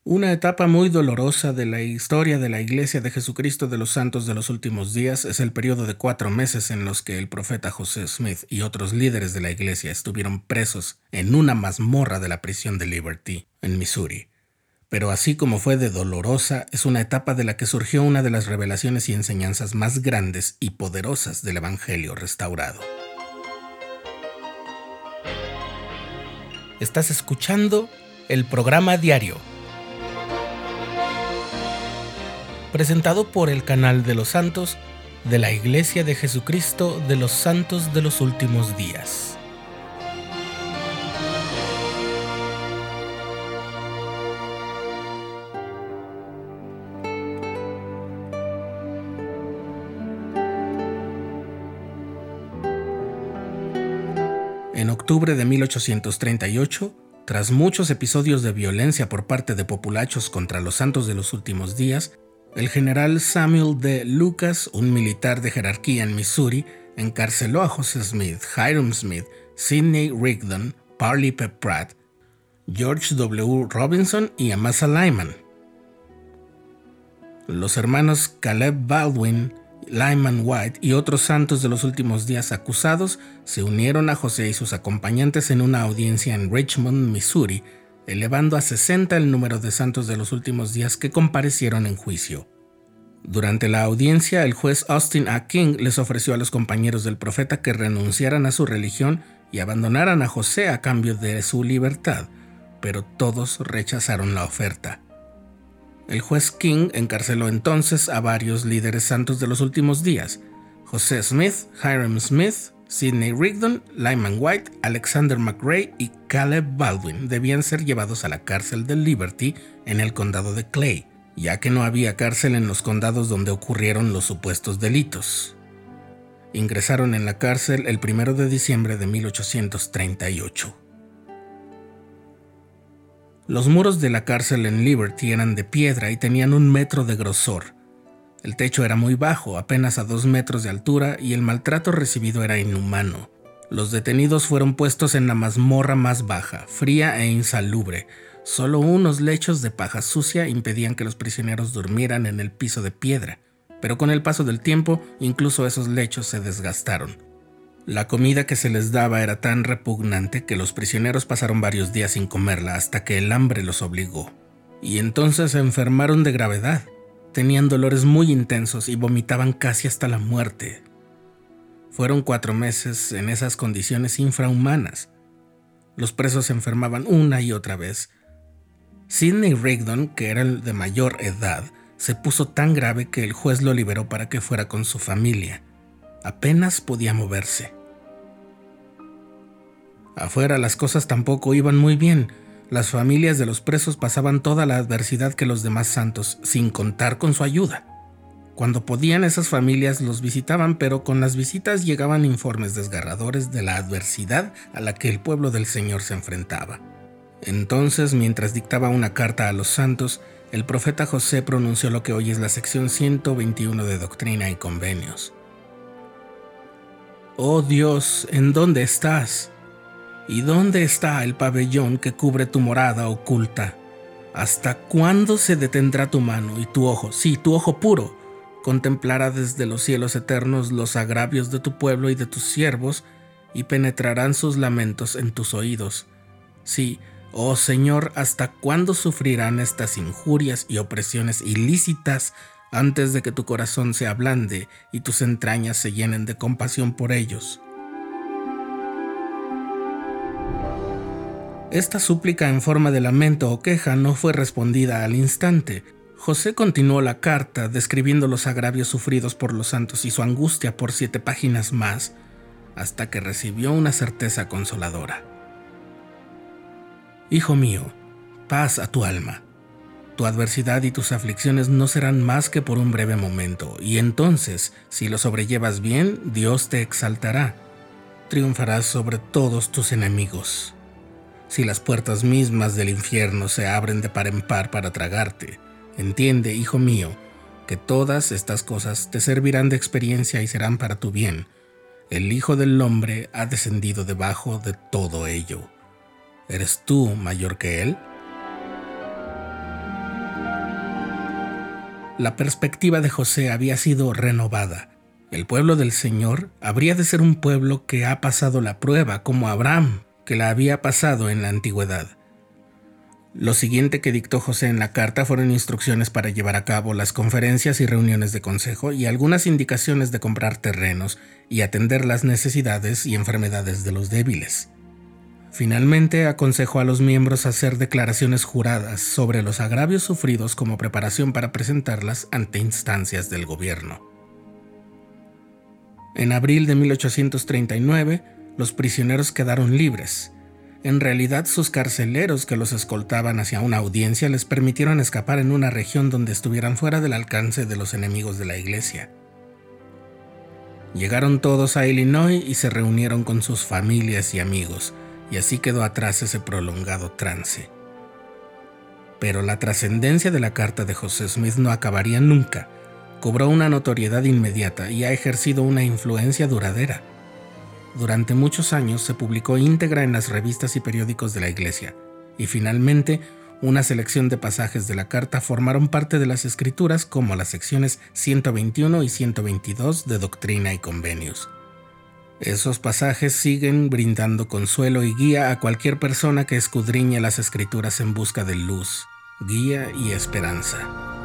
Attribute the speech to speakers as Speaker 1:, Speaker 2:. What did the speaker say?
Speaker 1: Una etapa muy dolorosa de la historia de la Iglesia de Jesucristo de los Santos de los Últimos Días es el periodo de 4 meses en los que el profeta José Smith y otros líderes de la Iglesia estuvieron presos en una mazmorra de la prisión de Liberty, en Missouri. Pero así como fue de dolorosa, es una etapa de la que surgió una de las revelaciones y enseñanzas más grandes y poderosas del Evangelio restaurado. Estás escuchando el programa diario, presentado por el canal de los santos de la Iglesia de Jesucristo de los Santos de los Últimos Días. En octubre de 1838, tras muchos episodios de violencia por parte de populachos contra los santos de los últimos días, el general Samuel D. Lucas, un militar de jerarquía en Missouri, encarceló a José Smith, Hyrum Smith, Sidney Rigdon, Parley P. Pratt, George W. Robinson y Amasa Lyman. Los hermanos Caleb Baldwin, Lyman White y otros santos de los últimos días acusados se unieron a José y sus acompañantes en una audiencia en Richmond, Missouri, elevando a 60 el número de santos de los últimos días que comparecieron en juicio. Durante la audiencia, el juez Austin A. King les ofreció a los compañeros del profeta que renunciaran a su religión y abandonaran a José a cambio de su libertad, pero todos rechazaron la oferta. El juez King encarceló entonces a varios líderes santos de los últimos días: José Smith, Hyrum Smith, Sidney Rigdon, Lyman White, Alexander McRae y Caleb Baldwin debían ser llevados a la cárcel de Liberty en el condado de Clay, ya que no había cárcel en los condados donde ocurrieron los supuestos delitos. Ingresaron en la cárcel el 1 de diciembre de 1838. Los muros de la cárcel en Liberty eran de piedra y tenían 1 metro de grosor. El techo era muy bajo, apenas a 2 metros de altura, y el maltrato recibido era inhumano. Los detenidos fueron puestos en la mazmorra más baja, fría e insalubre. Solo unos lechos de paja sucia impedían que los prisioneros durmieran en el piso de piedra, pero con el paso del tiempo, incluso esos lechos se desgastaron. La comida que se les daba era tan repugnante que los prisioneros pasaron varios días sin comerla hasta que el hambre los obligó. Y entonces se enfermaron de gravedad. Tenían dolores muy intensos y vomitaban casi hasta la muerte. Fueron 4 meses en esas condiciones infrahumanas. Los presos se enfermaban una y otra vez. Sidney Rigdon, que era el de mayor edad, se puso tan grave que el juez lo liberó para que fuera con su familia. Apenas podía moverse. Afuera las cosas tampoco iban muy bien. Las familias de los presos pasaban toda la adversidad que los demás santos, sin contar con su ayuda. Cuando podían, esas familias los visitaban, pero con las visitas llegaban informes desgarradores de la adversidad a la que el pueblo del Señor se enfrentaba. Entonces, mientras dictaba una carta a los santos, el profeta José pronunció lo que hoy es la sección 121 de Doctrina y Convenios. «Oh Dios, ¿en dónde estás? ¿Y dónde está el pabellón que cubre tu morada oculta? ¿Hasta cuándo se detendrá tu mano y tu ojo, sí, tu ojo puro, contemplará desde los cielos eternos los agravios de tu pueblo y de tus siervos, y penetrarán sus lamentos en tus oídos? Sí, oh Señor, ¿hasta cuándo sufrirán estas injurias y opresiones ilícitas antes de que tu corazón se ablande y tus entrañas se llenen de compasión por ellos?» Esta súplica en forma de lamento o queja no fue respondida al instante. José continuó la carta describiendo los agravios sufridos por los santos y su angustia por 7 páginas más, hasta que recibió una certeza consoladora. «Hijo mío, paz a tu alma. Tu adversidad y tus aflicciones no serán más que por un breve momento, y entonces, si lo sobrellevas bien, Dios te exaltará. Triunfarás sobre todos tus enemigos. Si las puertas mismas del infierno se abren de par en par para tragarte, entiende, hijo mío, que todas estas cosas te servirán de experiencia y serán para tu bien. El Hijo del Hombre ha descendido debajo de todo ello. ¿Eres tú mayor que Él?» la perspectiva de José había sido renovada. El pueblo del Señor habría de ser un pueblo que ha pasado la prueba, como Abraham, que la había pasado en la antigüedad. Lo siguiente que dictó José en la carta fueron instrucciones para llevar a cabo las conferencias y reuniones de consejo y algunas indicaciones de comprar terrenos y atender las necesidades y enfermedades de los débiles. Finalmente, aconsejó a los miembros hacer declaraciones juradas sobre los agravios sufridos como preparación para presentarlas ante instancias del gobierno. En abril de 1839, los prisioneros quedaron libres. En realidad, sus carceleros que los escoltaban hacia una audiencia les permitieron escapar en una región donde estuvieran fuera del alcance de los enemigos de la iglesia. Llegaron todos a Illinois y se reunieron con sus familias y amigos, y así quedó atrás ese prolongado trance. Pero la trascendencia de la carta de José Smith no acabaría nunca. Cobró una notoriedad inmediata y ha ejercido una influencia duradera. Durante muchos años se publicó íntegra en las revistas y periódicos de la Iglesia, y finalmente una selección de pasajes de la carta formaron parte de las escrituras como las secciones 121 y 122 de Doctrina y Convenios. Esos pasajes siguen brindando consuelo y guía a cualquier persona que escudriñe las escrituras en busca de luz, guía y esperanza.